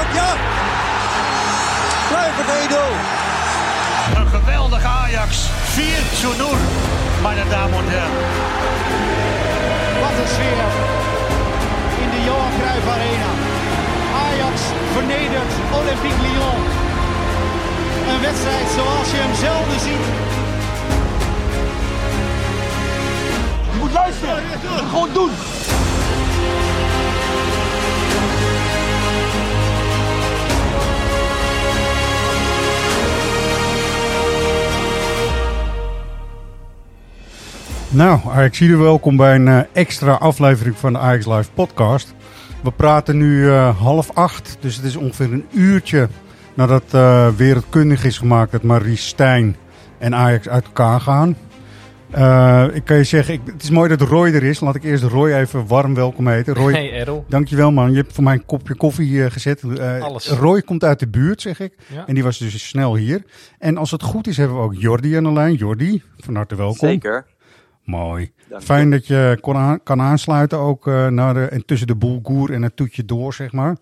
ook, ja. Blijf het 1-0. Een geweldig Ajax. 4-0, meine Damen und Herren. Wat een sfeer in de Johan Cruijff Arena. Ajax vernedert Olympique Lyon. Een wedstrijd zoals je hem zelden ziet. Je moet luisteren. Je moet gewoon doen. Nou, Ajaxiden, welkom bij een extra aflevering van de Ajax Live podcast. We praten nu 7:30, dus het is ongeveer een uurtje nadat wereldkundig is gemaakt dat Maurice Stijn en Ajax uit elkaar gaan. Ik kan je zeggen, het is mooi dat Roy er is. Laat ik eerst Roy even warm welkom heten. Roy, hey Errol. Dankjewel man, je hebt voor mij een kopje koffie gezet. Alles. Roy komt uit de buurt, zeg ik. Ja. En die was dus snel hier. En als het goed is, hebben we ook Jordi aan de lijn. Jordi, van harte welkom. Zeker. Mooi. Dank Fijn je. dat je kan aansluiten ook en tussen de boelgoer en het toetje door, zeg maar.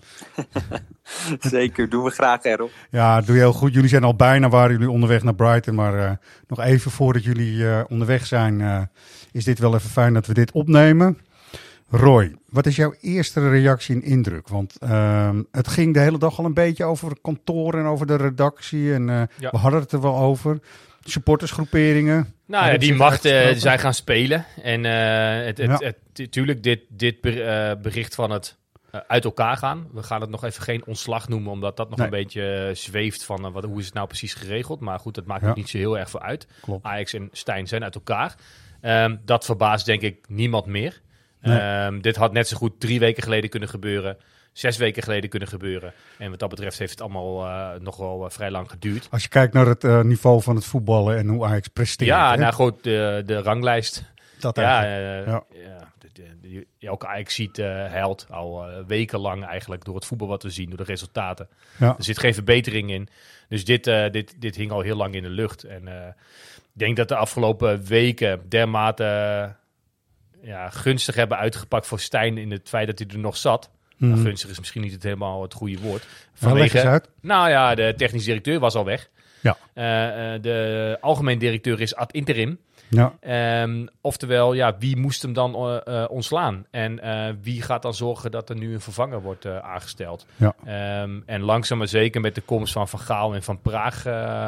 Zeker, doen we graag, Errol. Ja, doe je heel goed. Jullie zijn al bijna, waren jullie onderweg naar Brighton. Maar nog even voordat jullie onderweg zijn, is dit wel even fijn dat we dit opnemen. Roy, wat is jouw eerste reactie en indruk? Want het ging de hele dag al een beetje over het kantoor en over de redactie. En Ja. we hadden het er wel over. Supportersgroeperingen. Nou ja, die mag zij gaan spelen. En tuurlijk, dit bericht van het uit elkaar gaan. We gaan het nog even geen ontslag noemen, omdat dat nog een beetje zweeft van hoe is het nou precies geregeld. Maar goed, dat maakt ook niet zo heel erg veel uit. Klopt. Ajax en Stijn zijn uit elkaar. Dat verbaast denk ik niemand meer. Nee. Dit had net zo goed 3 weken geleden kunnen gebeuren. 6 weken geleden kunnen gebeuren. En wat dat betreft heeft het allemaal nog wel vrij lang geduurd. Als je kijkt naar het niveau van het voetballen en hoe Ajax presteert. Ja, hè? nou goed, de ranglijst. Dat Ja, eigenlijk. elke Ajax ziet huilt al wekenlang eigenlijk door het voetbal wat we zien, door de resultaten. Ja. Er zit geen verbetering in. Dus dit hing al heel lang in de lucht. En ik denk dat de afgelopen weken dermate gunstig hebben uitgepakt voor Stijn in het feit dat hij er nog zat. Nou, gunstig is misschien niet helemaal het goede woord. Leg eens uit. Nou ja, de technisch directeur was al weg. Ja. De algemeen directeur is ad interim. Ja. Oftewel, wie moest hem dan ontslaan? En wie gaat dan zorgen dat er nu een vervanger wordt aangesteld? Ja. En langzaam maar zeker met de komst van Van Gaal en Van Praag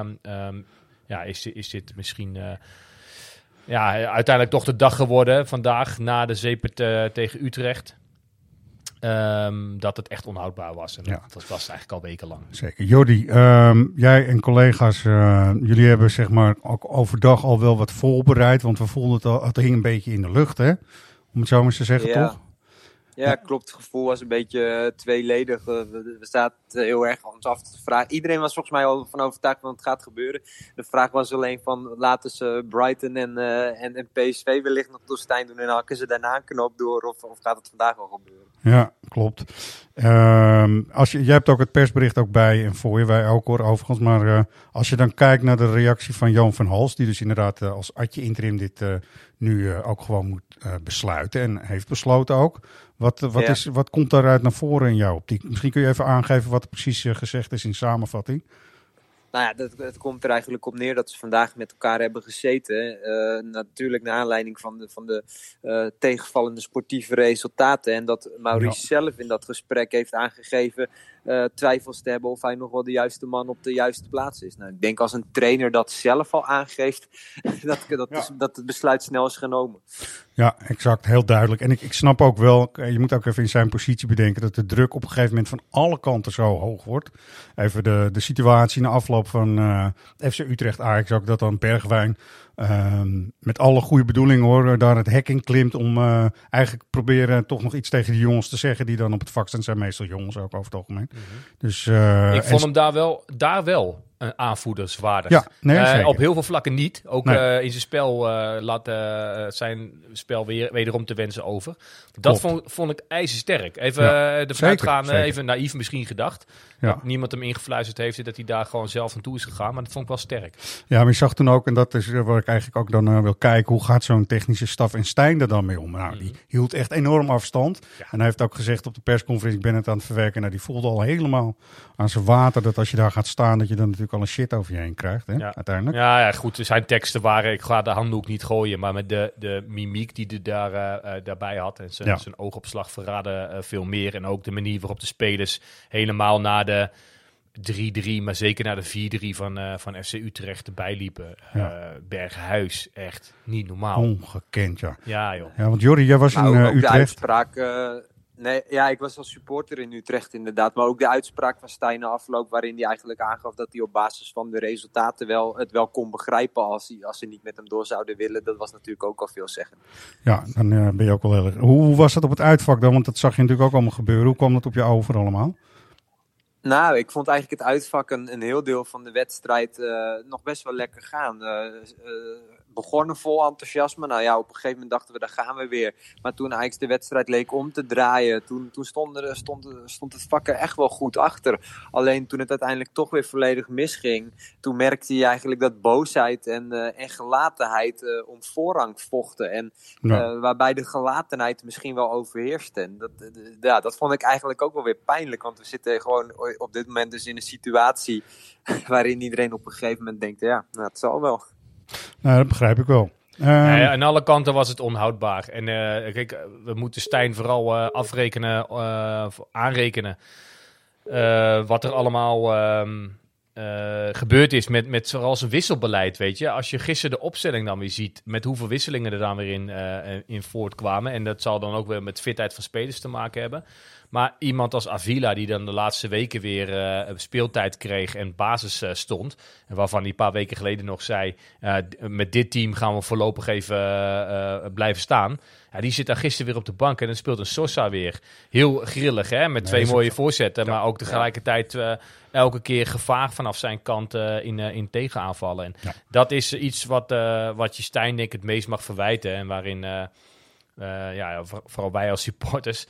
is dit misschien uiteindelijk toch de dag geworden vandaag na de zeepert tegen Utrecht. Dat het echt onhoudbaar was. En dat was eigenlijk al wekenlang. Zeker. Jordi, jij en collega's, jullie hebben zeg maar ook overdag al wel wat voorbereid. Want we voelden het al, het hing een beetje in de lucht, hè? Om het zo maar eens te zeggen, toch? Ja, klopt. Het gevoel was een beetje tweeledig. We zaten heel erg ons af te vragen. Iedereen was volgens mij al van overtuigd dat het gaat gebeuren. De vraag was alleen van, laten ze Brighton en PSV wellicht nog door Stijn doen en hakken ze daarna een knoop door of gaat het vandaag al gebeuren? Ja, klopt. Jij hebt ook het persbericht ook bij en voor je, wij ook hoor overigens. Maar als je dan kijkt naar de reactie van Johan van Hals, die dus inderdaad als Adje interim dit nu ook gewoon moet besluiten en heeft besloten ook. Wat komt daaruit naar voren in jouw optiek? Misschien kun je even aangeven wat er precies gezegd is in samenvatting. Nou ja, het komt er eigenlijk op neer dat ze vandaag met elkaar hebben gezeten. Natuurlijk naar aanleiding van de tegenvallende sportieve resultaten. En dat Maurice zelf in dat gesprek heeft aangegeven twijfels te hebben of hij nog wel de juiste man op de juiste plaats is. Nou, ik denk als een trainer dat zelf al aangeeft, dat het besluit snel is genomen. Ja, exact. Heel duidelijk. En ik snap ook wel, je moet ook even in zijn positie bedenken dat de druk op een gegeven moment van alle kanten zo hoog wordt. Even de situatie na afloop van FC Utrecht Ajax ook, dat dan Bergwijn met alle goede bedoelingen hoor, daar het hek in klimt om eigenlijk proberen toch nog iets tegen die jongens te zeggen die dan op het vak staan. Zijn meestal jongens ook over het algemeen. Mm-hmm. Dus, ik vond hem daar wel aanvoerderswaardig. Ja, nee, op heel veel vlakken niet. Ook in zijn spel laat zijn spel wederom te wensen over. Dat vond ik ijzersterk. Even ervan uitgaan, even naïef misschien gedacht. Ja. Dat niemand hem ingefluisterd heeft dat hij daar gewoon zelf naartoe is gegaan. Maar dat vond ik wel sterk. Ja, maar je zag toen ook, en dat is waar ik eigenlijk ook dan wil kijken, hoe gaat zo'n technische staf en Stijn er dan mee om? Nou, die hield echt enorm afstand. Ja. En hij heeft ook gezegd op de persconferentie, ik ben het aan het verwerken. Nou, die voelde al helemaal aan zijn water dat als je daar gaat staan, dat je dan natuurlijk al een shit over je heen krijgt, hè, uiteindelijk. Ja, goed. Zijn teksten waren, ik ga de handdoek niet gooien, maar met de mimiek die hij daarbij had en zijn oogopslag verraadde veel meer. En ook de manier waarop de spelers helemaal naar de 3-3, maar zeker naar de 4-3 van FC Utrecht erbij liepen. Berghuis, echt niet normaal. Ongekend, ja. Ja, joh. Ja, want Jordi, jij was in Utrecht. De uitspraak... ik was als supporter in Utrecht inderdaad. Maar ook de uitspraak van Stijn na afloop, waarin hij eigenlijk aangaf dat hij op basis van de resultaten het wel kon begrijpen als ze niet met hem door zouden willen. Dat was natuurlijk ook al veel zeggen. Ja, dan ben je ook wel heel erg... Hoe was dat op het uitvak dan? Want dat zag je natuurlijk ook allemaal gebeuren. Hoe kwam dat op je over allemaal? Nou, ik vond eigenlijk het uitvak een heel deel van de wedstrijd nog best wel lekker gaan. Begonnen vol enthousiasme. Nou ja, op een gegeven moment dachten we, daar gaan we weer. Maar toen eigenlijk de wedstrijd leek om te draaien, toen stond het vak er echt wel goed achter. Alleen toen het uiteindelijk toch weer volledig misging, toen merkte je eigenlijk dat boosheid en gelatenheid om voorrang vochten. En waarbij de gelatenheid misschien wel overheerste. En dat vond ik eigenlijk ook wel weer pijnlijk. Want we zitten gewoon op dit moment dus in een situatie waarin iedereen op een gegeven moment denkt, het zal wel. Nou, dat begrijp ik wel. Aan alle kanten was het onhoudbaar. En kijk, we moeten Stijn vooral aanrekenen wat er allemaal gebeurd is met vooral zijn wisselbeleid, weet je. Als je gisteren de opstelling dan weer ziet, met hoeveel wisselingen er dan weer in voortkwamen. En dat zal dan ook weer met fitheid van spelers te maken hebben. Maar iemand als Avila, die dan de laatste weken weer speeltijd kreeg en basis stond. En waarvan hij een paar weken geleden nog zei, met dit team gaan we voorlopig even blijven staan. Ja, die zit dan gisteren weer op de bank en dan speelt een Sosa weer. Heel grillig, hè? Met twee mooie voorzetten, maar ook tegelijkertijd elke keer gevaar vanaf zijn kant in tegenaanvallen. En dat is iets wat je Stijn denk ik het meest mag verwijten. En waarin, vooral wij als supporters,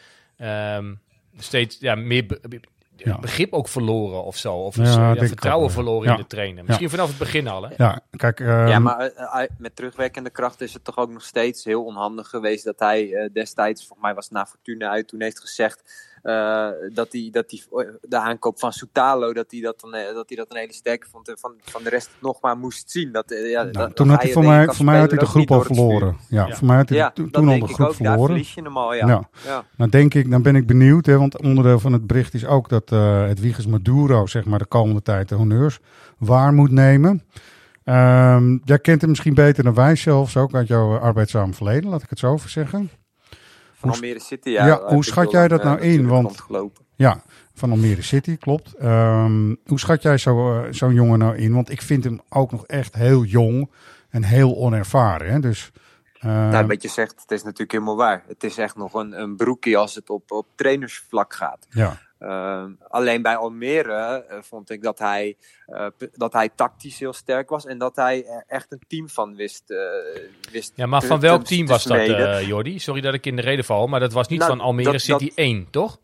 steeds meer begrip ook verloren of zo. Of vertrouwen verloren in de trainer. Misschien vanaf het begin al, hè? Ja, kijk, maar met terugwerkende kracht is het toch ook nog steeds heel onhandig geweest dat hij destijds, volgens mij was het na Fortuna uit, toen heeft gezegd dat hij de aankoop van Soutalo, dat hij dat een hele sterke vond en van de rest nog maar moest zien. Toen had hij voor mij had hij de groep al verloren. Voor mij had hij toen al de groep verloren. Daar verlies je hem al, Nou ben ik benieuwd, hè, want onderdeel van het bericht is ook dat Hedwiges Maduro, zeg maar, de komende tijd de honneurs waar moet nemen. Jij kent hem misschien beter dan wij zelfs, ook uit jouw arbeidzaam verleden, laat ik het zo over zeggen. Van Almere City, hoe schat jij dat nou in? Want van Almere City, klopt. Hoe schat jij zo'n jongen nou in? Want ik vind hem ook nog echt heel jong en heel onervaren. Hè? Dus, wat je zegt, het is natuurlijk helemaal waar. Het is echt nog een broekie als het op trainersvlak gaat. Ja. Alleen bij Almere vond ik dat hij tactisch heel sterk was en dat hij er echt een team van wist. Ja, maar van welk team was dat, Jordi? Sorry dat ik in de rede val, maar dat was niet van Almere City 1, toch?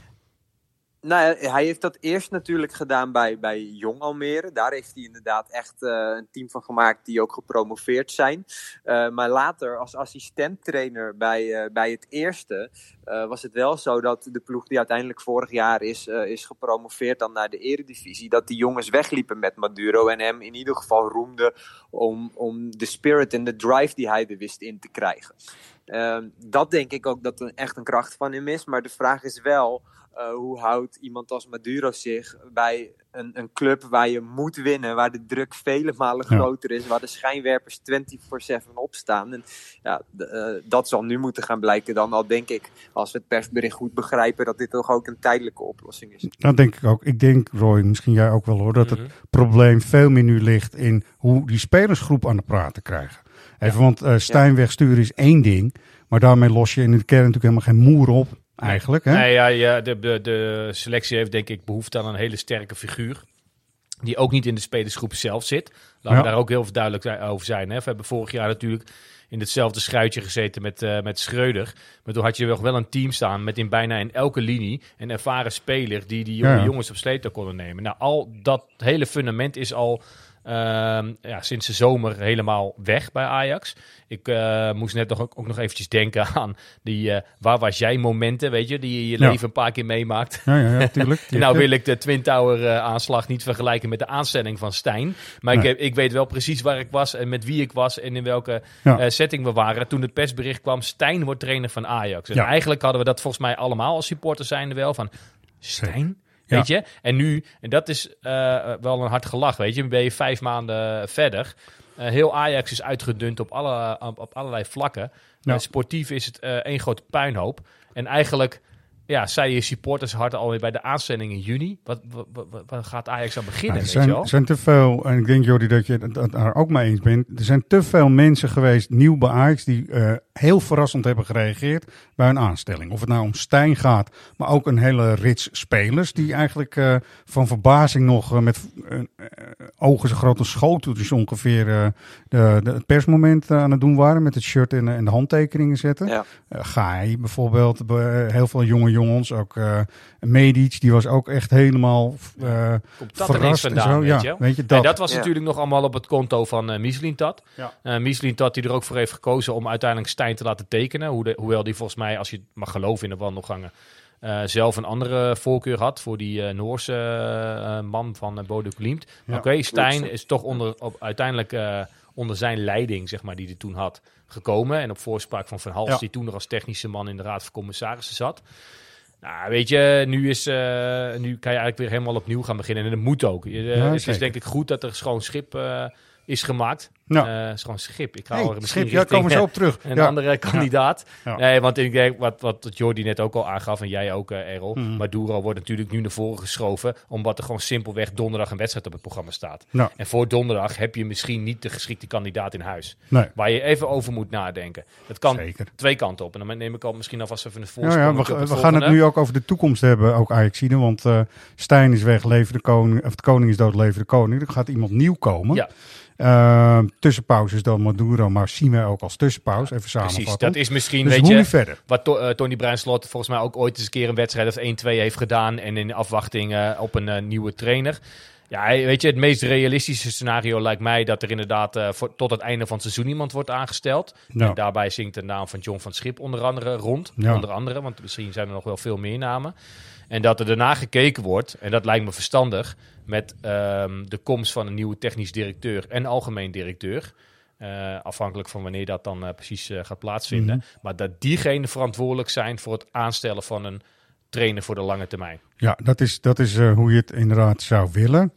Nou, hij heeft dat eerst natuurlijk gedaan bij Jong Almere. Daar heeft hij inderdaad echt een team van gemaakt die ook gepromoveerd zijn. Maar later als assistenttrainer bij het eerste was het wel zo dat de ploeg die uiteindelijk vorig jaar is gepromoveerd dan naar de eredivisie, dat die jongens wegliepen met Maduro en hem in ieder geval roemde om de spirit en de drive die hij er wist in te krijgen. Dat denk ik ook dat er echt een kracht van hem is. Maar de vraag is wel, hoe houdt iemand als Maduro zich bij een club waar je moet winnen, waar de druk vele malen groter is, waar de schijnwerpers 24/7 opstaan. En dat zal nu moeten gaan blijken dan, al denk ik, als we het persbericht goed begrijpen, dat dit toch ook een tijdelijke oplossing is. Dat denk ik ook. Ik denk, Roy, misschien jij ook wel hoor, dat het probleem veel meer nu ligt in hoe die spelersgroep aan de praten krijgen. Want Stijn wegsturen is één ding, maar daarmee los je in de kern natuurlijk helemaal geen moer op. Eigenlijk, hè? Nee, de selectie heeft denk ik behoefte aan een hele sterke figuur. die ook niet in de spelersgroep zelf zit. Laten we daar ook heel duidelijk over zijn. Hè? We hebben vorig jaar natuurlijk in hetzelfde schuitje gezeten met Schreuder. Maar toen had je wel een team staan met in bijna in elke linie een ervaren speler die jonge jongens op sleeptouw konden nemen. Nou, al dat hele fundament is al sinds de zomer helemaal weg bij Ajax. Ik moest net ook nog eventjes denken aan die waar was jij momenten, weet je, die je leven een paar keer meemaakt. Ja, tuurlijk. Nou wil ik de Twin Tower aanslag niet vergelijken met de aanstelling van Stijn. Maar ik weet wel precies waar ik was en met wie ik was en in welke setting we waren. Toen het persbericht kwam, Stijn wordt trainer van Ajax. En eigenlijk hadden we dat volgens mij allemaal als supporters zijnde wel van Stijn? Weet je? En nu, en dat is wel een hard gelach, weet je. Nu ben je 5 maanden verder. Heel Ajax is uitgedund op allerlei vlakken. Sportief is het één grote puinhoop. En eigenlijk zei je supporters hard alweer bij de aanstelling in juni. Wat gaat Ajax aan beginnen, weet je wel? Er zijn te veel, en ik denk Jordi dat je het daar ook mee eens bent. Er zijn te veel mensen geweest, nieuw bij Ajax, die heel verrassend hebben gereageerd bij een aanstelling. Of het nou om Stijn gaat, maar ook een hele rits spelers die eigenlijk van verbazing nog met ogen zo groot als schoten dus ongeveer het persmoment aan het doen waren met het shirt en de handtekeningen zetten. Ja. Gaai bijvoorbeeld, heel veel jonge jongens, ook Medic, die was ook echt helemaal komt dat verrast vandaan, en zo. Weet je dat? En dat was natuurlijk nog allemaal op het konto van Mislintat. Mislintat die er ook voor heeft gekozen om uiteindelijk Stijn te laten tekenen. Hoewel die volgens mij, als je mag geloven in de wandelgangen, zelf een andere voorkeur had voor die Noorse man van Bodø Glimt. Oké, Stijn is toch uiteindelijk onder zijn leiding, zeg maar, die hij toen had, gekomen. En op voorspraak van Van Hals, die toen nog als technische man in de Raad van Commissarissen zat. Nou, weet je, nu kan je eigenlijk weer helemaal opnieuw gaan beginnen. En dat moet ook. Het is denk ik goed dat er schoon schip is gemaakt. Schoon schip. Ik hou er misschien schip, komen we zo op terug. Een andere kandidaat. Ja. Nee, want ik denk, wat Jordi net ook al aangaf, en jij ook, Errol. Maduro wordt natuurlijk nu naar voren geschoven, omdat er gewoon simpelweg donderdag een wedstrijd op het programma staat. Ja. En voor donderdag heb je misschien niet de geschikte kandidaat in huis. Nee. Waar je even over moet nadenken. Dat kan twee kanten op. En dan neem ik al misschien alvast even het voorsprong. We gaan het nu ook over de toekomst hebben, ook Ajaxide. Want Stijn is weg, leven de koning. Of de koning is dood, leven de koning. Er gaat iemand nieuw komen. Ja. Tussenpauze is dan Maduro, maar zien wij ook als tussenpauze. Even samenvatten. Precies, dat is misschien, dus weet je, verder? Wat Tony Bruinslot volgens mij ook ooit eens een keer een wedstrijd of 1-2 heeft gedaan en in afwachting op een nieuwe trainer. Ja, weet je, het meest realistische scenario lijkt mij dat er inderdaad tot het einde van het seizoen iemand wordt aangesteld. Ja. En daarbij zingt de naam van John van Schip onder andere rond. Ja. Onder andere, want misschien zijn er nog wel veel meer namen. En dat er daarna gekeken wordt, en dat lijkt me verstandig, met de komst van een nieuwe technisch directeur en algemeen directeur. Afhankelijk van wanneer dat dan precies gaat plaatsvinden. Mm-hmm. Maar dat diegenen verantwoordelijk zijn voor het aanstellen van een trainer voor de lange termijn. Ja, dat is hoe je het inderdaad zou willen.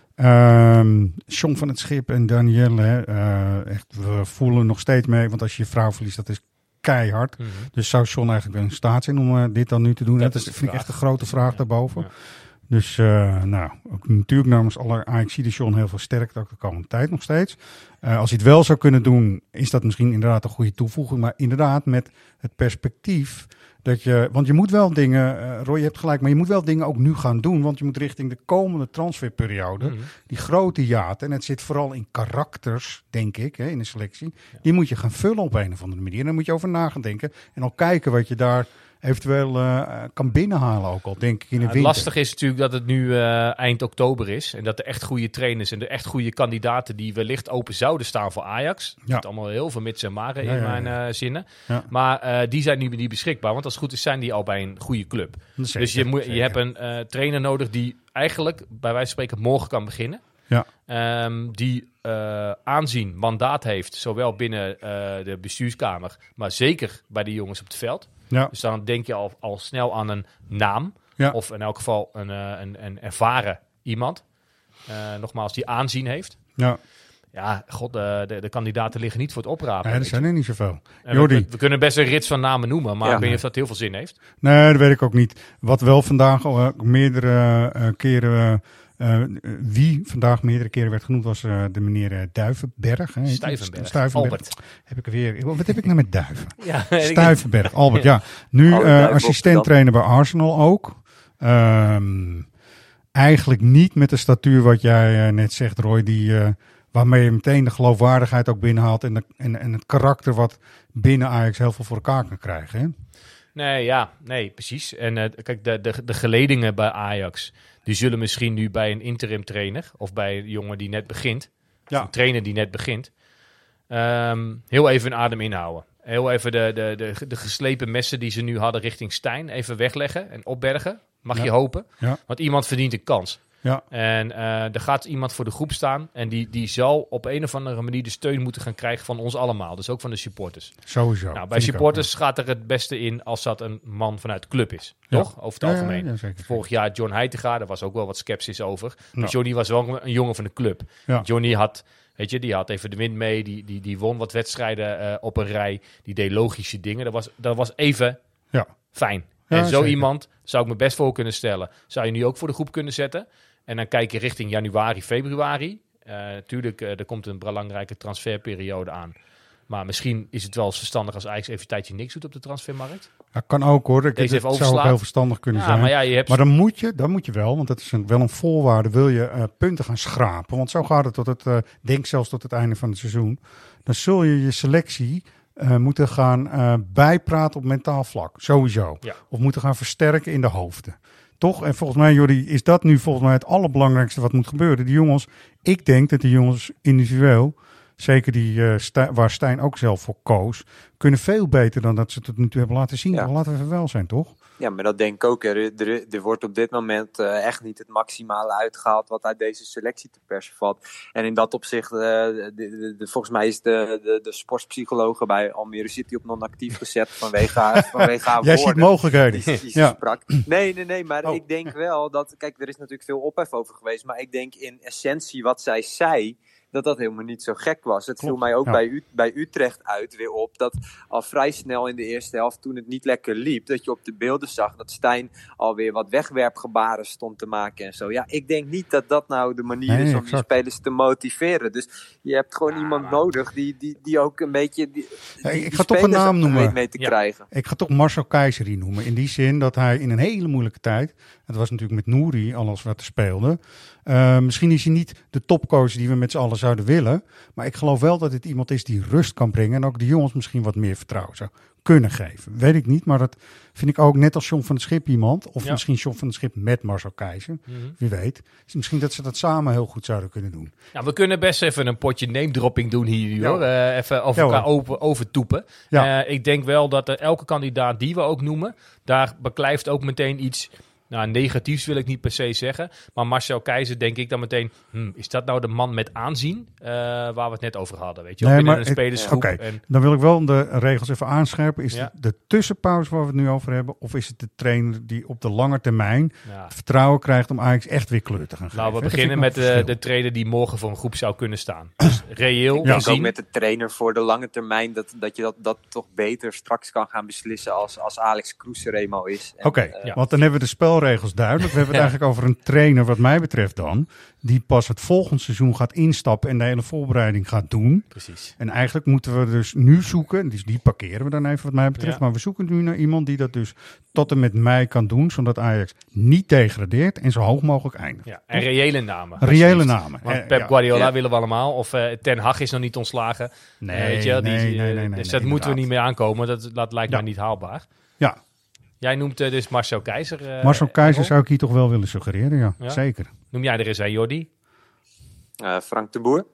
John van het Schip en Danielle, we voelen nog steeds mee, want als je je vrouw verliest, dat is keihard. Mm-hmm. Dus zou John eigenlijk wel in staat zijn om dit dan nu te doen? Dat vind ik echt een grote vraag daarboven. Ja. Dus ook natuurlijk namens alle Ajaxide John heel veel sterkte ook de komende tijd nog steeds. Als hij het wel zou kunnen doen, is dat misschien inderdaad een goede toevoeging. Maar inderdaad met het perspectief want je moet wel dingen, Roy, je hebt gelijk, maar je moet wel dingen ook nu gaan doen. Want je moet richting de komende transferperiode, die grote hiaten, en het zit vooral in karakters, denk ik, in de selectie. Ja. Die moet je gaan vullen op een of andere manier. En daar moet je over na gaan denken. En al kijken wat je daar eventueel kan binnenhalen ook al, denk ik, in de winter. Lastig is natuurlijk dat het nu eind oktober is. En dat er echt goede trainers en de echt goede kandidaten die wellicht open zouden staan voor Ajax. Ja. Het allemaal heel veel mits en maren in mijn zinnen. Ja. Maar die zijn nu niet beschikbaar. Want als het goed is, zijn die al bij een goede club. Zeker, dus je hebt een trainer nodig die eigenlijk, bij wijze van spreken, morgen kan beginnen. Ja. Die aanzien, mandaat heeft, zowel binnen de bestuurskamer, maar zeker bij de jongens op het veld. Ja. Dus dan denk je al snel aan een naam. Ja. Of in elk geval een ervaren iemand. Nogmaals, die aanzien heeft. Ja. Ja, god, de kandidaten liggen niet voor het oprapen. Ja, er zijn er niet zoveel. We kunnen best een rits van namen noemen, maar ik weet niet of dat heel veel zin heeft. Nee, dat weet ik ook niet. Wat wel vandaag al meerdere keren... wie vandaag meerdere keren werd genoemd was de meneer Duivenberg. Stuyvenberg. Albert. Wat heb ik nou met Duiven? Stuyvenberg, Albert, ja. Nu assistent-trainer bij Arsenal ook. eigenlijk niet met de statuur wat jij net zegt, Roy, waarmee je meteen de geloofwaardigheid ook binnenhaalt en het karakter wat binnen Ajax heel veel voor elkaar kan krijgen. Hè? Nee, precies. En kijk, de geledingen bij Ajax, die zullen misschien nu bij een interim trainer of bij een jongen die net begint, een trainer die net begint, heel even een adem inhouden. Heel even de geslepen messen die ze nu hadden richting Stijn even wegleggen en opbergen. Mag je hopen. Ja. Want iemand verdient een kans. Ja. En er gaat iemand voor de groep staan. En die zal op een of andere manier de steun moeten gaan krijgen van ons allemaal. Dus ook van de supporters. Sowieso. Nou, bij supporters gaat er het beste in als dat een man vanuit de club is. Toch? Over het algemeen. Ja, vorig jaar John Heitinga, daar was ook wel wat sceptisch over. Maar Johnny was wel een jongen van de club. Ja. Johnny had... Weet je, die had even de wind mee, die won wat wedstrijden op een rij. Die deed logische dingen. Dat was even fijn. Ja, en zo zeker. Iemand zou ik me best voor kunnen stellen. Zou je nu ook voor de groep kunnen zetten. En dan kijk je richting januari, februari. Tuurlijk, er komt een belangrijke transferperiode aan. Maar misschien is het wel eens verstandig als Ajax even een tijdje niks doet op de transfermarkt. Ja, kan ook hoor. Het zou ook heel verstandig kunnen zijn. Maar dan moet je wel, want dat is wel een voorwaarde. Wil je punten gaan schrapen, want zo gaat het denk zelfs tot het einde van het seizoen. Dan zul je selectie moeten gaan bijpraten op mentaal vlak. Sowieso. Ja. Of moeten gaan versterken in de hoofden. Toch? En volgens mij, Jordi, is dat nu volgens mij het allerbelangrijkste wat moet gebeuren. Die jongens, ik denk dat die jongens individueel, zeker waar Stijn ook zelf voor koos, kunnen veel beter dan dat ze tot nu toe hebben laten zien. Ja. Laten we even wel zijn, toch? Ja, maar dat denk ik ook. Er wordt op dit moment echt niet het maximale uitgehaald wat uit deze selectie te persen valt. En in dat opzicht, volgens mij is de sportpsychologe bij Almere City op non-actief gezet vanwege haar woorden. Jij ziet mogelijkheden. Die sprak. Nee, maar ik denk wel dat, kijk, er is natuurlijk veel ophef over geweest, maar ik denk in essentie wat zij zei, dat helemaal niet zo gek was. Het viel mij ook bij Utrecht uit weer op dat al vrij snel in de eerste helft, toen het niet lekker liep, dat je op de beelden zag dat Stijn alweer wat wegwerpgebaren stond te maken en zo. Ja, ik denk niet dat dat nou de manier is om die spelers te motiveren. Dus je hebt gewoon iemand nodig die ook een beetje ik ga toch een naam noemen mee te krijgen. Ik ga toch Marcel Keizer noemen. In die zin dat hij in een hele moeilijke tijd, het was natuurlijk met Nouri alles wat er speelde. Misschien is hij niet de topcoach die we met z'n allen zouden willen. Maar ik geloof wel dat het iemand is die rust kan brengen. En ook de jongens misschien wat meer vertrouwen zou kunnen geven. Weet ik niet, maar dat vind ik ook net als John van het Schip iemand. Of misschien John van het Schip met Marcel Keizer. Mm-hmm. Wie weet. Dus misschien dat ze dat samen heel goed zouden kunnen doen. Nou, we kunnen best even een potje name-dropping doen hier. Hoor. Even over elkaar overtoepen. Ja. Ik denk wel dat elke kandidaat die we ook noemen, daar beklijft ook meteen iets. Nou, negatiefs wil ik niet per se zeggen. Maar Marcel Keizer denk ik dan meteen, is dat nou de man met aanzien waar we het net over hadden? Weet je, nee, binnen een spelersgroep. Dan wil ik wel de regels even aanscherpen. Is het de tussenpauze waar we het nu over hebben? Of is het de trainer die op de lange termijn vertrouwen krijgt om Ajax echt weer kleur te gaan geven? Nou, we beginnen met de trainer die morgen voor een groep zou kunnen staan. Dus reëel ik denk ook met de trainer voor de lange termijn dat je dat toch beter straks kan gaan beslissen als Alex Kroes er eenmaal is. Want dan hebben we de spelregels duidelijk. We hebben het eigenlijk over een trainer, wat mij betreft dan, die pas het volgend seizoen gaat instappen en de hele voorbereiding gaat doen. Precies. En eigenlijk moeten we dus nu zoeken, dus die parkeren we dan even wat mij betreft, maar we zoeken nu naar iemand die dat dus tot en met mei kan doen, zodat Ajax niet degradeert en zo hoog mogelijk eindigt. Ja, en reële namen. Reële namen. Want Pep Guardiola willen we allemaal, of Ten Hag is nog niet ontslagen. Nee. Dus dat moeten we niet meer aankomen, dat lijkt mij niet haalbaar. Ja. Jij noemt dus Marcel Keizer. Marcel Keizer zou ik hier toch wel willen suggereren, ja. Zeker. Noem jij er eens aan, Jordi? Frank de Boer.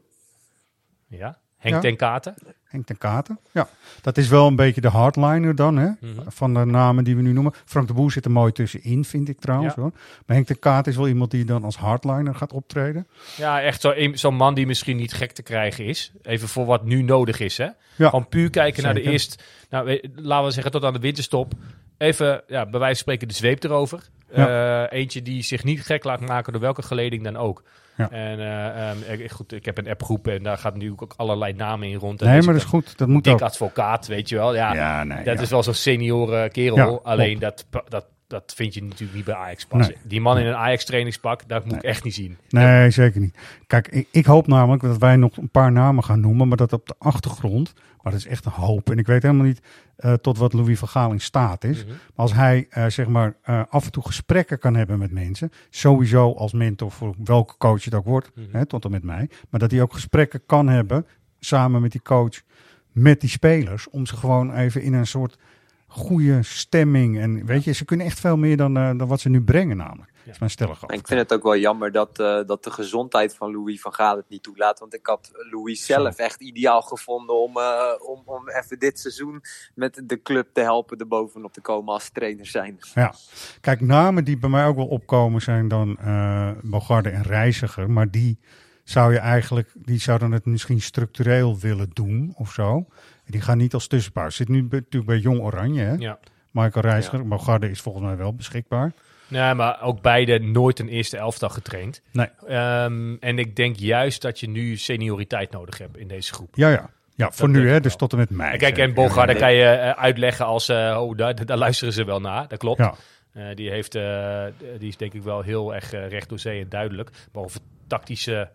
Ja. Henk ten Katen. Henk ten Katen, ja. Dat is wel een beetje de hardliner dan, hè? Mm-hmm. Van de namen die we nu noemen. Frank de Boer zit er mooi tussenin, vind ik trouwens. Ja. Hoor. Maar Henk ten Katen is wel iemand die dan als hardliner gaat optreden. Ja, echt zo'n man die misschien niet gek te krijgen is. Even voor wat nu nodig is, hè? Ja. Gewoon puur kijken naar de eerste, laten we zeggen tot aan de winterstop. Even, bij wijze van spreken, de zweep erover. Ja. Eentje die zich niet gek laat maken door welke geleding dan ook. Ja. En goed, ik heb een appgroep en daar gaat nu ook allerlei namen in rond. Nee, maar dat is goed. Dat moet Dick ook. Advocaat, weet je wel. Ja, dat is wel zo'n senioren kerel. Ja, alleen dat dat vind je natuurlijk niet bij Ajax passen. Nee. Die man in een Ajax-trainingspak, dat moet ik echt niet zien. Nee, zeker niet. Kijk, ik hoop namelijk dat wij nog een paar namen gaan noemen, maar dat op de achtergrond, maar dat is echt een hoop. En ik weet helemaal niet tot wat Louis van Gaal in staat is. Mm-hmm. Maar als hij af en toe gesprekken kan hebben met mensen, sowieso als mentor voor welke coach het ook wordt, tot en met mij, maar dat hij ook gesprekken kan hebben, samen met die coach, met die spelers, om ze gewoon even in een soort goede stemming. En weet je, ze kunnen echt veel meer dan wat ze nu brengen namelijk. Dat is mijn stellige Ik vind het ook wel jammer dat de gezondheid van Louis van Gaal het niet toelaat. Want ik had Louis zelf echt ideaal gevonden om even dit seizoen met de club te helpen erbovenop te komen als trainer zijn. Ja, kijk, namen die bij mij ook wel opkomen zijn dan Bogarde en Reiziger. Maar die zouden het misschien structureel willen doen of zo. Die gaan niet als tussenpauze. Zit nu natuurlijk bij Jong Oranje, hè? Ja. Michael Reiziger, Bogarde is volgens mij wel beschikbaar. Nee, maar ook beide nooit een eerste elftal getraind. Nee. En ik denk juist dat je nu senioriteit nodig hebt in deze groep. Ja, voor nu, hè? Dus tot en met mei. Kijk, en Bogarde kan je uitleggen als... daar luisteren ze wel naar, dat klopt. Ja. Die is denk ik wel heel erg recht door zee en duidelijk. Maar over tactische...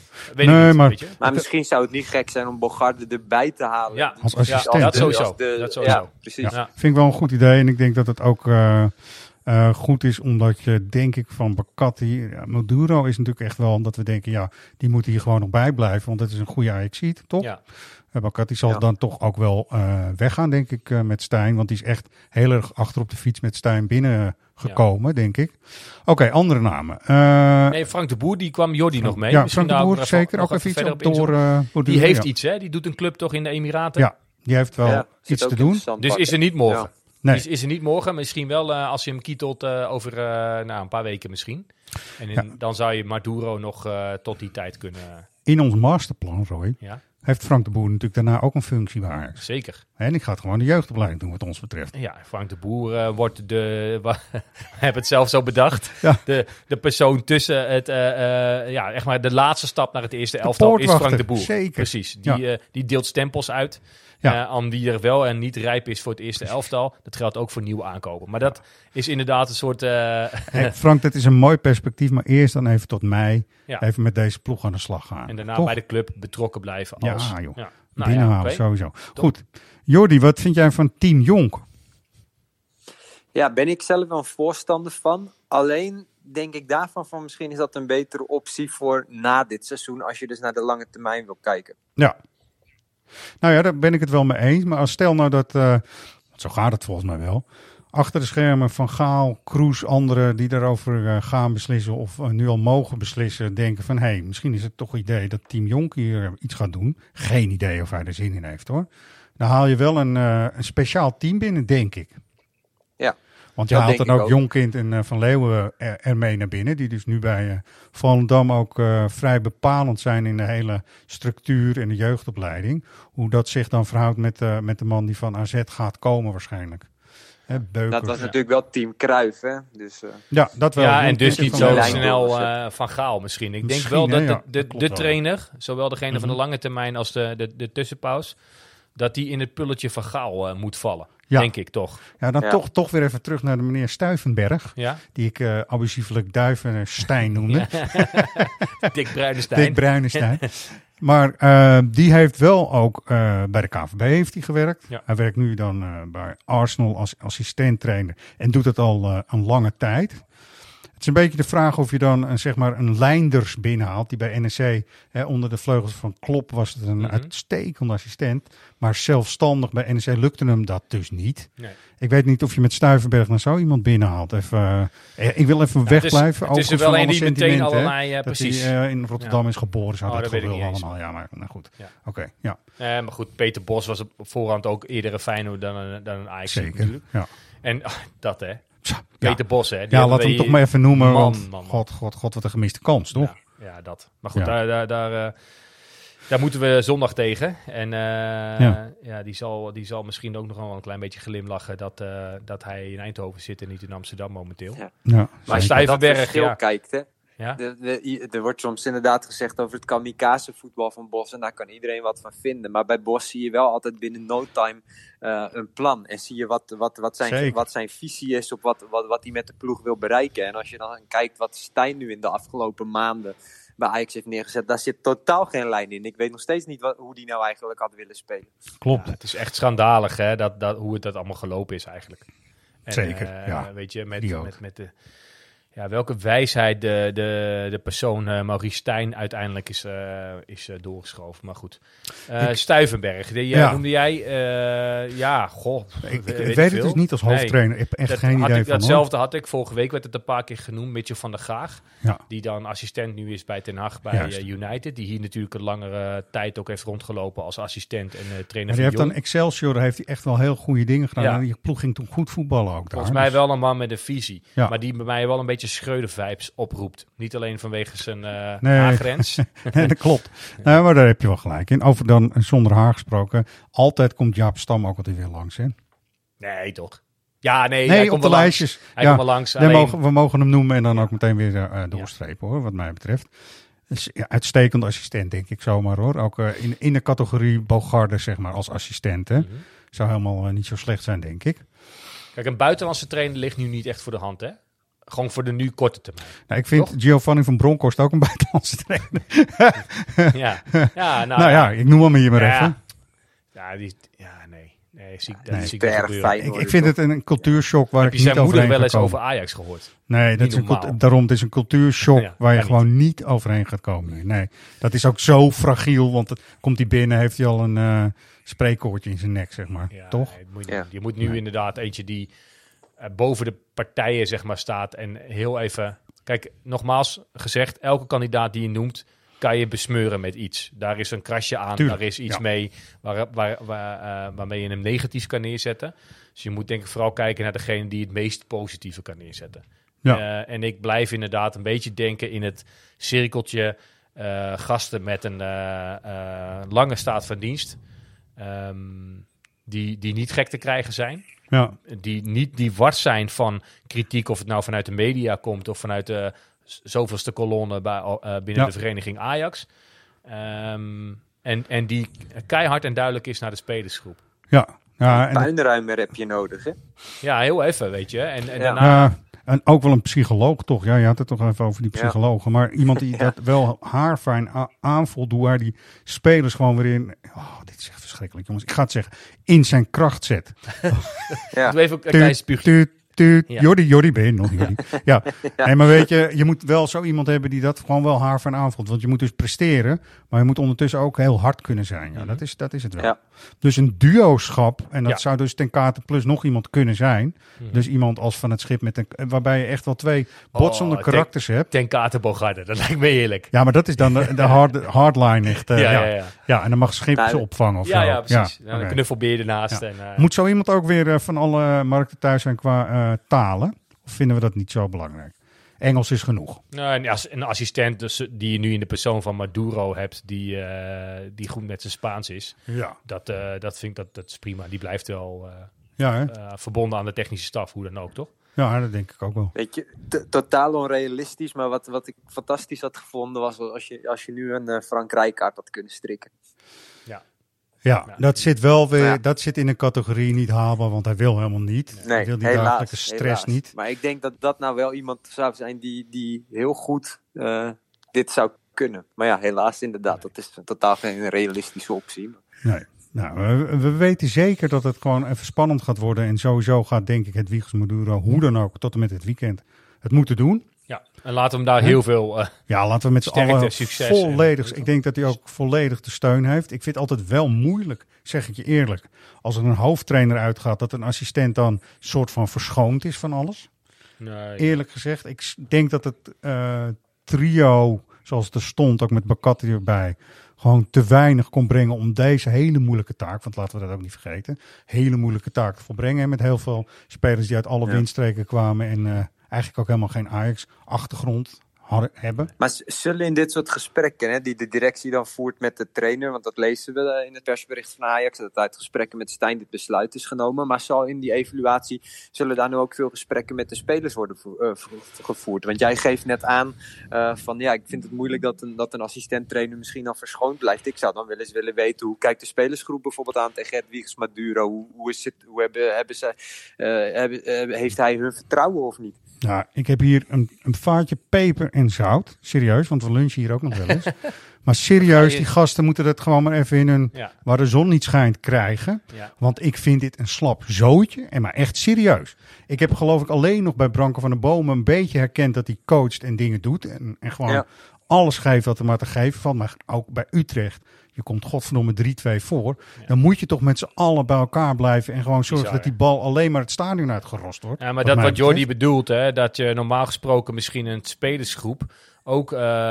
Maar misschien zou het niet gek zijn om Bogarde erbij te halen. Ja, als assistent. Dat sowieso. Ja, precies. Ja. Vind ik wel een goed idee. En ik denk dat het ook goed is, omdat je, denk ik, van Bakati... Maduro is natuurlijk echt wel, omdat we denken, die moet hier gewoon nog bij blijven. Want dat is een goede Ajaxiet, toch? Ja. Bakati zal dan toch ook wel weggaan, denk ik, met Stijn. Want die is echt heel erg achter op de fiets met Stijn binnengekomen, denk ik. Oké, andere namen. Nee, Frank de Boer, die kwam Jordi nog mee. Ja, Frank de Boer, zeker. Ook even iets op door... die heeft iets, hè? Die doet een club toch in de Emiraten? Ja, die heeft wel iets te doen. Dus is er niet morgen? Ja. Nee. Is er niet morgen, misschien wel als je hem kietelt over een paar weken misschien. En dan zou je Maduro nog tot die tijd kunnen... In ons masterplan, Roy... Ja. Heeft Frank de Boer natuurlijk daarna ook een functie bij Ajax. Zeker. En ik ga gewoon de jeugdopleiding doen wat ons betreft. Ja, Frank de Boer wordt we hebben het zelf zo bedacht. Ja. De persoon tussen het, echt maar de laatste stap naar het eerste elftal is Frank de Boer. Zeker. Precies. Die deelt stempels uit. Aan wie er wel en niet rijp is voor het eerste elftal. Dat geldt ook voor nieuwe aankopen. Maar dat is inderdaad een soort... Hey, Frank, dat is een mooi perspectief. Maar eerst dan even tot mei. Even met deze ploeg aan de slag gaan. En daarna bij de club betrokken blijven. Als, binnenhalen, sowieso. Top. Goed. Jordi, wat vind jij van Team Jonk? Ja, ben ik zelf wel een voorstander van. Alleen denk ik daarvan van misschien is dat een betere optie voor na dit seizoen. Als je dus naar de lange termijn wil kijken. Ja. Nou ja, daar ben ik het wel mee eens. Maar stel nou dat, zo gaat het volgens mij wel, achter de schermen Van Gaal, Kroes, anderen die daarover gaan beslissen of nu al mogen beslissen, denken van misschien is het toch een idee dat Team Jonk hier iets gaat doen. Geen idee of hij er zin in heeft, hoor. Dan haal je wel een speciaal team binnen, denk ik. Ja. Want je haalt dan ook Jonkind en Van Leeuwen ermee naar binnen. Die dus nu bij Volendam ook vrij bepalend zijn in de hele structuur en de jeugdopleiding. Hoe dat zich dan verhoudt met de man die van AZ gaat komen waarschijnlijk. Beukers, dat was natuurlijk wel Team Cruijff, hè? Dus, dat wel. Ja, en dus niet zo snel Van Gaal misschien. Ik denk wel dat de trainer, zowel degene van de lange termijn als de tussenpauze, dat die in het pulletje van Gaal moet vallen. Ja. Denk ik toch. Ja, dan toch weer even terug naar de meneer Stuyvenberg. Ja? Die ik abusievelijk Duivenstein noemde. Ja. Dick Bruinestein. Maar die heeft wel ook bij de KNVB heeft hij gewerkt. Ja. Hij werkt nu dan bij Arsenal als assistent-trainer. En doet het al een lange tijd. Het is een beetje de vraag of je dan een Leinders binnenhaalt. Die bij NEC onder de vleugels van Klopp was het een uitstekende assistent. Maar zelfstandig bij NEC lukte hem dat dus niet. Nee. Ik weet niet of je met Stuyvenberg nou zo iemand binnenhaalt. Ik wil even wegblijven. Het is er wel een die meteen allerlei... precies. Dat hij in Rotterdam is geboren. Dat weet ik niet allemaal. Ja, maar goed. Ja. Oké. Maar goed, Peter Bos was op voorhand ook eerder een Feyenoord dan een Ajax. Zeker, natuurlijk. Ja. En dat hè. Peter Bos, hè. Laten we hem toch maar even noemen. Man. God, wat een gemiste kans, toch? Ja, dat. Maar goed, daar moeten we zondag tegen. En die zal misschien ook nog wel een klein beetje glimlachen dat hij in Eindhoven zit en niet in Amsterdam momenteel. Ja. Maar Stuyvenberg, kijkt, hè. Ja? Er wordt soms inderdaad gezegd over het kamikaze voetbal van Bos. En daar kan iedereen wat van vinden. Maar bij Bos zie je wel altijd binnen no time een plan. En zie je wat zijn visie is op wat hij met de ploeg wil bereiken. En als je dan kijkt wat Stijn nu in de afgelopen maanden bij Ajax heeft neergezet, daar zit totaal geen lijn in. Ik weet nog steeds niet hoe die nou eigenlijk had willen spelen. Klopt. Ja, het is echt schandalig hè, hoe het dat allemaal gelopen is eigenlijk. En, zeker, ja. Weet je, met de... Ja, welke wijsheid de persoon Maurice Stijn uiteindelijk is doorgeschoven. Maar goed. Stuyvenberg, noemde jij. Ik weet het dus niet als hoofdtrainer. Ik heb echt geen idee van. Datzelfde had ik. Vorige week werd het een paar keer genoemd. Mitchell van der Gaag. Ja. Die dan assistent nu is bij Ten Hag bij United. Die hier natuurlijk een langere tijd ook heeft rondgelopen als assistent en trainer van Jong. Dan Excelsior, heeft hij echt wel heel goede dingen gedaan. Ja. En die ploeg ging toen goed voetballen ook daar. Volgens mij wel een man met een visie. Ja. Maar die bij mij wel een beetje Schreuder-vibes oproept. Niet alleen vanwege zijn Haaggrens. Nee, dat klopt. Nee, maar daar heb je wel gelijk in. Over dan zonder Haag gesproken. Altijd komt Jaap Stam ook altijd weer langs, hè? Nee, toch? Ja, nee, hij komt op de lijstjes. Hij komt wel langs. We mogen hem noemen en dan ook meteen weer doorstrepen, hoor, wat mij betreft. Dus, uitstekende assistent, denk ik zomaar, hoor. Ook in de categorie Bogarde, zeg maar, als assistent. Hè? Zou helemaal niet zo slecht zijn, denk ik. Kijk, een buitenlandse trainer ligt nu niet echt voor de hand, hè? Gewoon voor de nu korte termijn. Nou, ik vind Giovanni van Bronckhorst ook een buitenlandse trainer. Ik noem hem hier maar even. Nee, zie ik niet gebeuren. Ik vind het een cultuurshock waar ik niet overheen kan komen. Heb je zijn moeder wel eens over Ajax gehoord? Nee, daarom, het is een cultuurshock waar je gewoon niet overheen gaat komen. Nee, dat is ook zo fragiel, want komt hij binnen, heeft hij al een spreekkoordje in zijn nek, zeg maar. Ja, toch? Nee, je moet nu inderdaad eentje die boven de partijen, zeg maar, staat en heel even... Kijk, nogmaals gezegd, elke kandidaat die je noemt, kan je besmeuren met iets. Daar is een krasje aan, daar is iets mee waarmee je hem negatief kan neerzetten. Dus je moet denk ik vooral kijken naar degene die het meest positieve kan neerzetten. Ja. En ik blijf inderdaad een beetje denken in het cirkeltje gasten met een lange staat van dienst. Die niet gek te krijgen zijn. Ja. Die niet die wars zijn van kritiek, of het nou vanuit de media komt of vanuit de zoveelste kolonne binnen de vereniging Ajax. En die keihard en duidelijk is naar de spelersgroep. Ja. Een puinruimer heb je nodig, hè? Ja, heel even, weet je. En daarna... En ook wel een psycholoog, toch? Ja, je had het toch even over die psychologen. Ja. Maar iemand die dat wel haarfijn aanvoelt, hoe hij die spelers gewoon weer in... Oh, dit is echt verschrikkelijk, jongens. Ik ga het zeggen. In zijn kracht zet. Doe even een klein spuugje. Jordi, ben je nog Jordi? Ja. Nee, maar weet je moet wel zo iemand hebben die dat gewoon wel haarfijn aanvoelt. Want je moet dus presteren, maar je moet ondertussen ook heel hard kunnen zijn. Ja, dat is het wel. Ja. Dus een duoschap, en dat zou dus ten kate plus nog iemand kunnen zijn. Dus iemand als Van het Schip, waarbij je echt wel twee botsende karakters hebt. Ten kate Bogarde, dat lijkt me heerlijk. Ja, maar dat is dan de hardline echt. Ja, en dan mag Schip ze opvangen. Of ja, precies. Ja, een knuffelbeer ernaast. Ja. Moet zo iemand ook weer van alle markten thuis zijn qua talen? Of vinden we dat niet zo belangrijk? Engels is genoeg. Nou, een assistent dus, die je nu in de persoon van Maduro hebt, die goed met zijn Spaans is. Ja. Dat vind ik dat is prima. Die blijft wel verbonden aan de technische staf, hoe dan ook, toch? Ja, dat denk ik ook wel. Weet je, totaal onrealistisch, maar wat ik fantastisch had gevonden was als je nu een Frank Rijkaard had kunnen strikken. Ja, dat zit wel weer. Dat zit in een categorie niet haalbaar, want hij wil helemaal niet. Nee, hij wil die dagelijkse stress niet. Maar ik denk dat nou wel iemand zou zijn die heel goed dit zou kunnen. Maar ja, helaas inderdaad. Dat is totaal geen realistische optie. Nee. Nou, we weten zeker dat het gewoon even spannend gaat worden. En sowieso gaat, denk ik, Hedwiges Maduro hoe dan ook tot en met het weekend het moeten doen. Ja, en laten we hem daar heel veel laten we met z'n allen volledig... Ik denk dat hij ook volledig de steun heeft. Ik vind het altijd wel moeilijk, zeg ik je eerlijk. Als er een hoofdtrainer uitgaat, dat een assistent dan soort van verschoond is van alles. Nee. Eerlijk gezegd, ik denk dat het trio, zoals het er stond, ook met Bakati erbij, gewoon te weinig kon brengen om deze hele moeilijke taak, want laten we dat ook niet vergeten, hele moeilijke taak te volbrengen. Met heel veel spelers die uit alle windstreken kwamen en eigenlijk ook helemaal geen Ajax-achtergrond hebben. Maar zullen in dit soort gesprekken, die de directie dan voert met de trainer, want dat lezen we in het persbericht van Ajax, dat uit gesprekken met Stijn dit besluit is genomen, maar zal in die evaluatie, zullen daar nu ook veel gesprekken met de spelers worden gevoerd? Want jij geeft net aan van ik vind het moeilijk dat een assistent-trainer misschien al verschoond blijft. Ik zou dan wel eens willen weten, hoe kijkt de spelersgroep bijvoorbeeld aan tegen Hedwigs Maduro? Hoe is het? Heeft hij hun vertrouwen of niet? Ja, ik heb hier een vaatje peper en zout. Serieus, want we lunchen hier ook nog wel eens. Maar serieus, die gasten moeten dat gewoon maar even in hun, waar de zon niet schijnt, krijgen. Ja. Want ik vind dit een slap zootje. En maar echt serieus. Ik heb geloof ik alleen nog bij Branko van der Bomen een beetje herkend dat hij coacht en dingen doet. En gewoon alles geeft wat er maar te geven valt. Maar ook bij Utrecht. Je komt godverdomme 3-2 voor. Ja. Dan moet je toch met z'n allen bij elkaar blijven. En gewoon zorgen dat die bal alleen maar het stadion uitgerost wordt. Ja, maar dat wat Jordi bedoelt. Hè, dat je normaal gesproken misschien een spelersgroep ook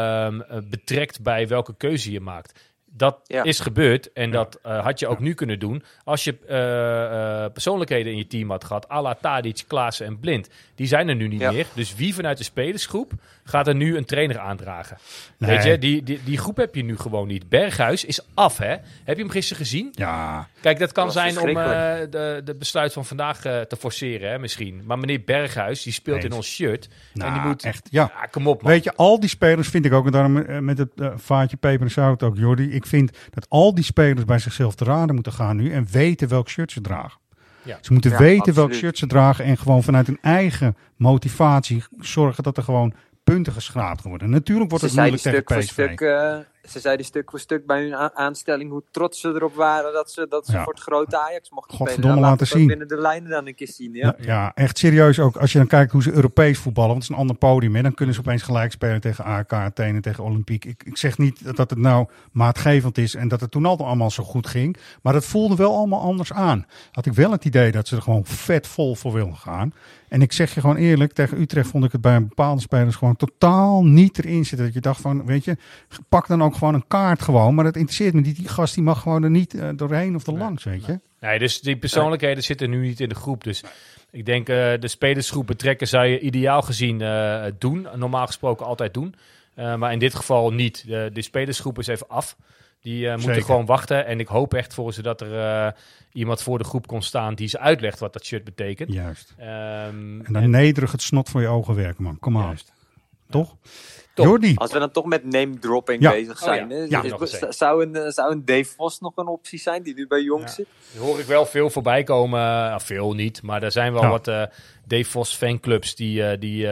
betrekt bij welke keuze je maakt. Dat is gebeurd en dat had je ook nu kunnen doen als je persoonlijkheden in je team had gehad. À la Tadic, Klaassen en Blind. Die zijn er nu niet meer. Dus wie vanuit de spelersgroep gaat er nu een trainer aandragen? Nee. Weet je, die groep heb je nu gewoon niet. Berghuis is af, hè? Heb je hem gisteren gezien? Ja. Kijk, dat kan zijn om de besluit van vandaag te forceren, hè, misschien. Maar meneer Berghuis, die speelt in ons shirt. En die moet... Echt, kom op, man. Weet je, al die spelers vind ik ook, en daarom met het vaatje peper en zout ook, Jordi. Ik vind dat al die spelers bij zichzelf te raden moeten gaan nu en weten welk shirt ze dragen. Ja. Ze moeten weten welk shirt ze dragen en gewoon vanuit hun eigen motivatie zorgen dat er gewoon punten geschraapt worden. Natuurlijk wordt het moeilijk tegen PSV. Ze zeiden stuk voor stuk bij hun aanstelling hoe trots ze erop waren dat ze voor het grote Ajax mochten spelen. Laten zien. Binnen de lijnen dan een keer zien. Ja. Ja, echt serieus ook. Als je dan kijkt hoe ze Europees voetballen, want het is een ander podium. Hè, dan kunnen ze opeens gelijk spelen tegen AEK Athene, tegen Olympique. Ik zeg niet dat het nou maatgevend is en dat het toen altijd allemaal zo goed ging. Maar het voelde wel allemaal anders aan. Had ik wel het idee dat ze er gewoon vet vol voor wilden gaan. En ik zeg je gewoon eerlijk, tegen Utrecht vond ik het bij een bepaalde spelers gewoon totaal niet erin zitten. Dat je dacht van, weet je, pak dan ook gewoon een kaart gewoon. Maar dat interesseert me niet. Die gast die mag gewoon er niet doorheen of langs, weet je. Nee, dus die persoonlijkheden zitten nu niet in de groep. Dus ik denk de spelersgroep betrekken zou je ideaal gezien doen. Normaal gesproken altijd doen. Maar in dit geval niet. De spelersgroep is even af. Die moeten gewoon wachten. En ik hoop echt voor ze dat er iemand voor de groep kon staan die ze uitlegt wat dat shirt betekent. Juist. En dan nederig het snot voor je ogen werken, man. Kom aan. Toch? Jordi. Als we dan toch met name-dropping bezig zijn. Zou een Dave Vos nog een optie zijn die nu bij Jong zit? Daar hoor ik wel veel voorbij komen. Veel niet, maar er zijn wel wat Dave Vos fanclubs die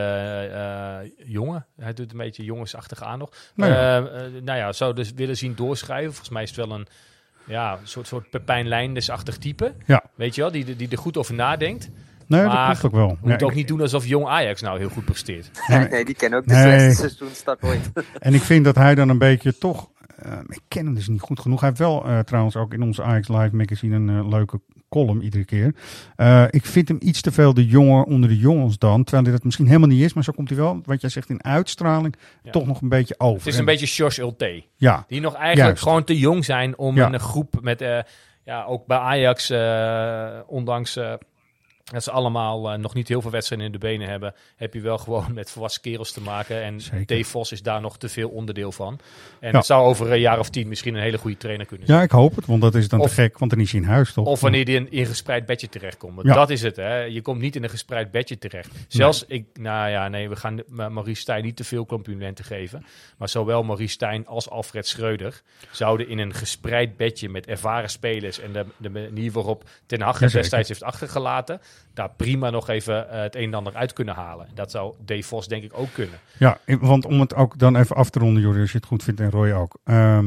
jongen, hij doet een beetje jongensachtig aan nog. Zou dus willen zien doorschrijven. Volgens mij is het wel een soort Pepijn Lijnders-achtig type. Ja. Weet je wel, die er goed over nadenkt. Nee, maar dat klopt ook wel. We moeten ook niet doen alsof Jong Ajax nou heel goed presteert. Nee, die kennen ook de slechtste seizoenstart ooit. En ik vind dat hij dan een beetje toch... ik ken hem dus niet goed genoeg. Hij heeft wel trouwens ook in onze Ajax Live magazine een leuke column iedere keer. Ik vind hem iets te veel de jongen onder de jongens dan. Terwijl hij dat misschien helemaal niet is. Maar zo komt hij wel, wat jij zegt, in uitstraling toch nog een beetje over. Het is een beetje George Ulte. Ja. Die nog eigenlijk gewoon te jong zijn om een groep met... ook bij Ajax, ondanks... dat ze allemaal nog niet heel veel wedstrijden in de benen hebben, heb je wel gewoon met volwassen kerels te maken. En Dave Vos is daar nog te veel onderdeel van. En het zou over een jaar of 10 misschien een hele goede trainer kunnen zijn. Ja, ik hoop het, want dat is dan te gek, want dan is hij in huis, toch? Of wanneer hij in een gespreid bedje terechtkomt. Dat is het, hè. Je komt niet in een gespreid bedje terecht. Zelfs, we gaan Maurice Stijn niet te veel complimenten geven. Maar zowel Maurice Stijn als Alfred Schreuder zouden in een gespreid bedje met ervaren spelers en de manier waarop Ten Hag het destijds heeft achtergelaten, daar prima nog even het een en ander uit kunnen halen. Dat zou Dave Vos denk ik ook kunnen. Ja, want om het ook dan even af te ronden, Jordi, als je het goed vindt en Roy ook.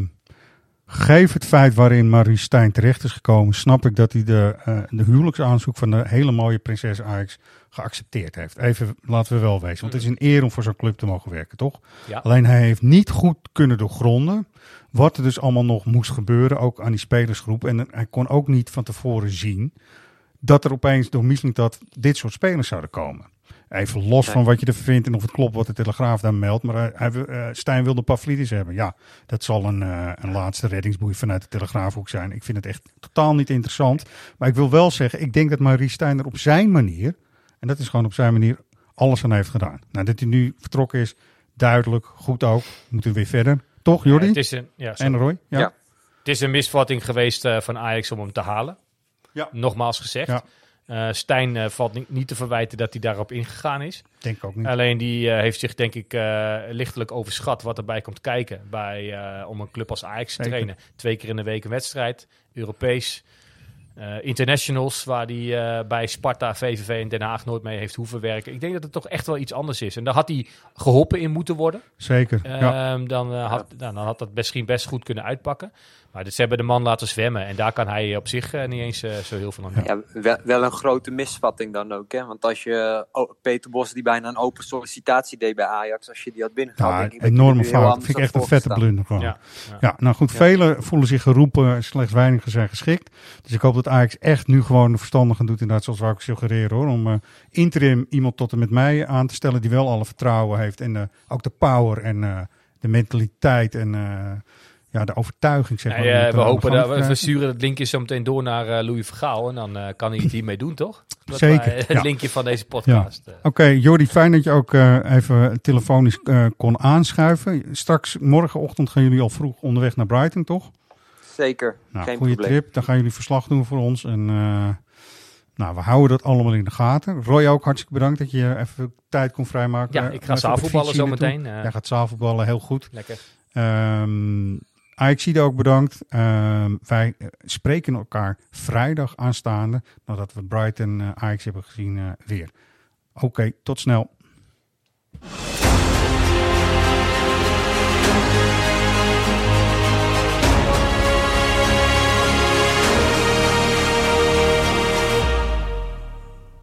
Geef het feit waarin Maurice Stijn terecht is gekomen, snap ik dat hij de huwelijksaanzoek van de hele mooie prinses Ajax geaccepteerd heeft. Even, laten we wel wezen. Want het is een eer om voor zo'n club te mogen werken, toch? Ja. Alleen hij heeft niet goed kunnen doorgronden wat er dus allemaal nog moest gebeuren, ook aan die spelersgroep. En hij kon ook niet van tevoren zien dat er opeens door Mislintat dit soort spelers zouden komen. Even los van wat je ervan vindt en of het klopt wat de Telegraaf daar meldt. Maar Stijn wilde Pavlidis hebben. Ja, dat zal een laatste reddingsboei vanuit de Telegraafhoek zijn. Ik vind het echt totaal niet interessant. Maar ik wil wel zeggen, ik denk dat Maurice Stijn er op zijn manier, en dat is gewoon op zijn manier, alles aan heeft gedaan. Nou, dat hij nu vertrokken is, duidelijk, goed ook. Moeten we weer verder. Toch, Jordi? En Roy? Ja. Het is een misvatting geweest van Ajax om hem te halen. Ja. Nogmaals gezegd. Ja. Stijn valt niet te verwijten dat hij daarop ingegaan is. Denk ook niet. Alleen die heeft zich denk ik lichtelijk overschat wat erbij komt kijken om een club als Ajax te trainen. 2 keer in de week een wedstrijd, Europees, internationals waar hij bij Sparta, VVV en Den Haag nooit mee heeft hoeven werken. Ik denk dat het toch echt wel iets anders is. En daar had hij geholpen in moeten worden. Zeker, Dan had dat misschien best goed kunnen uitpakken. Maar ze hebben de man laten zwemmen. En daar kan hij op zich niet eens zo heel veel aan doen. Ja, wel een grote misvatting dan ook. Hè? Want als je Peter Bos, die bijna een open sollicitatie deed bij Ajax, als je die had binnengehaald, denk ik enorme fout. Vind ik echt een vette blunder gewoon. Ja, nou goed, velen voelen zich geroepen, slechts weinigen zijn geschikt. Dus ik hoop dat Ajax echt nu gewoon de verstandigen doet, inderdaad, zoals we ook suggereren hoor. Om interim iemand tot en met mij aan te stellen die wel alle vertrouwen heeft. En ook de power en de mentaliteit en de overtuiging, zeg maar. We hopen dat we sturen het linkje zo meteen door naar Louis van Gaal. En dan kan hij het hiermee doen, toch? Dat zeker. Het linkje van deze podcast. Ja. Oké, Jordi, fijn dat je ook even telefonisch kon aanschuiven. Straks morgenochtend gaan jullie al vroeg onderweg naar Brighton, toch? Zeker, nou, geen goede probleem. Trip. Dan gaan jullie verslag doen voor ons. En we houden dat allemaal in de gaten. Roy, ook hartstikke bedankt dat je even tijd kon vrijmaken. Ja, ik ga zaalvoetballen zo meteen. Jij gaat zaalvoetballen, heel goed. Lekker. Ajaxide ook bedankt. Wij spreken elkaar vrijdag aanstaande, nadat we Brighton Ajax hebben gezien, weer. Oké, tot snel.